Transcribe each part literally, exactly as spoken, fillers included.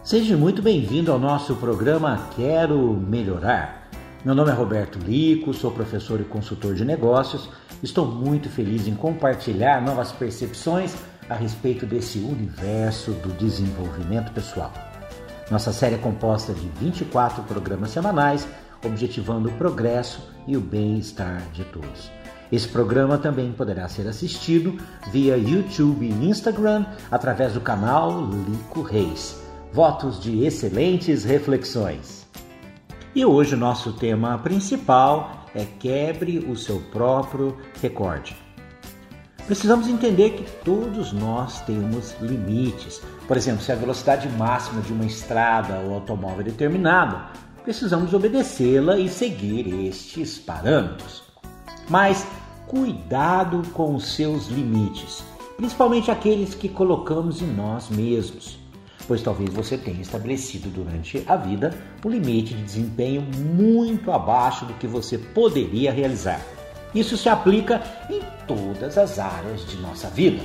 Seja muito bem-vindo ao nosso programa Quero Melhorar. Meu nome é Roberto Lico, sou professor e consultor de negócios. Estou muito feliz em compartilhar novas percepções a respeito desse universo do desenvolvimento pessoal. Nossa série é composta de vinte e quatro programas semanais, objetivando o progresso e o bem-estar de todos. Esse programa também poderá ser assistido via YouTube e Instagram através do canal Lico Reis. Votos de excelentes reflexões. E hoje o nosso tema principal é quebre o seu próprio recorde. Precisamos entender que todos nós temos limites. Por exemplo, se a velocidade máxima de uma estrada ou automóvel é determinada, precisamos obedecê-la e seguir estes parâmetros. Mas cuidado com os seus limites, principalmente aqueles que colocamos em nós mesmos. Pois talvez você tenha estabelecido durante a vida um limite de desempenho muito abaixo do que você poderia realizar. Isso se aplica em todas as áreas de nossa vida.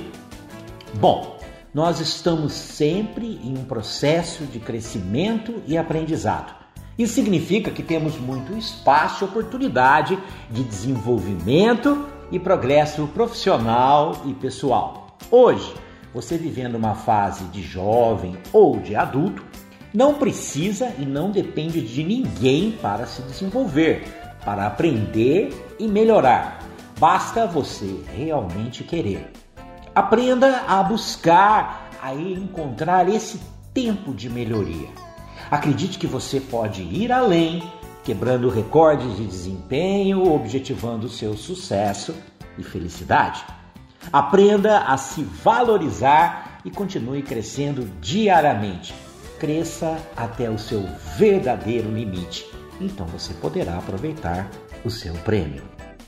Bom, nós estamos sempre em um processo de crescimento e aprendizado. Isso significa que temos muito espaço e oportunidade de desenvolvimento e progresso profissional e pessoal. Hoje, você vivendo uma fase de jovem ou de adulto, não precisa e não depende de ninguém para se desenvolver, para aprender e melhorar. Basta você realmente querer. Aprenda a buscar, a encontrar esse tempo de melhoria. Acredite que você pode ir além, quebrando recordes de desempenho, objetivando o seu sucesso e felicidade. Aprenda a se valorizar e continue crescendo diariamente. Cresça até o seu verdadeiro limite. Então você poderá aproveitar o seu prêmio.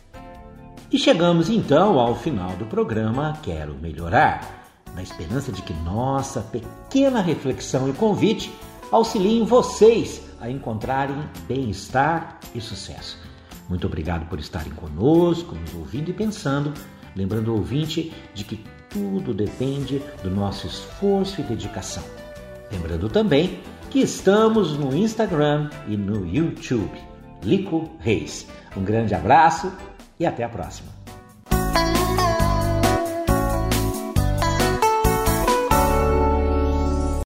E chegamos então ao final do programa Quero Melhorar, na esperança de que nossa pequena reflexão e convite auxiliem vocês a encontrarem bem-estar e sucesso. Muito obrigado por estarem conosco, nos ouvindo e pensando. Lembrando o ouvinte de que tudo depende do nosso esforço e dedicação. Lembrando também que estamos no Instagram e no YouTube. Lico Reis. Um grande abraço e até a próxima.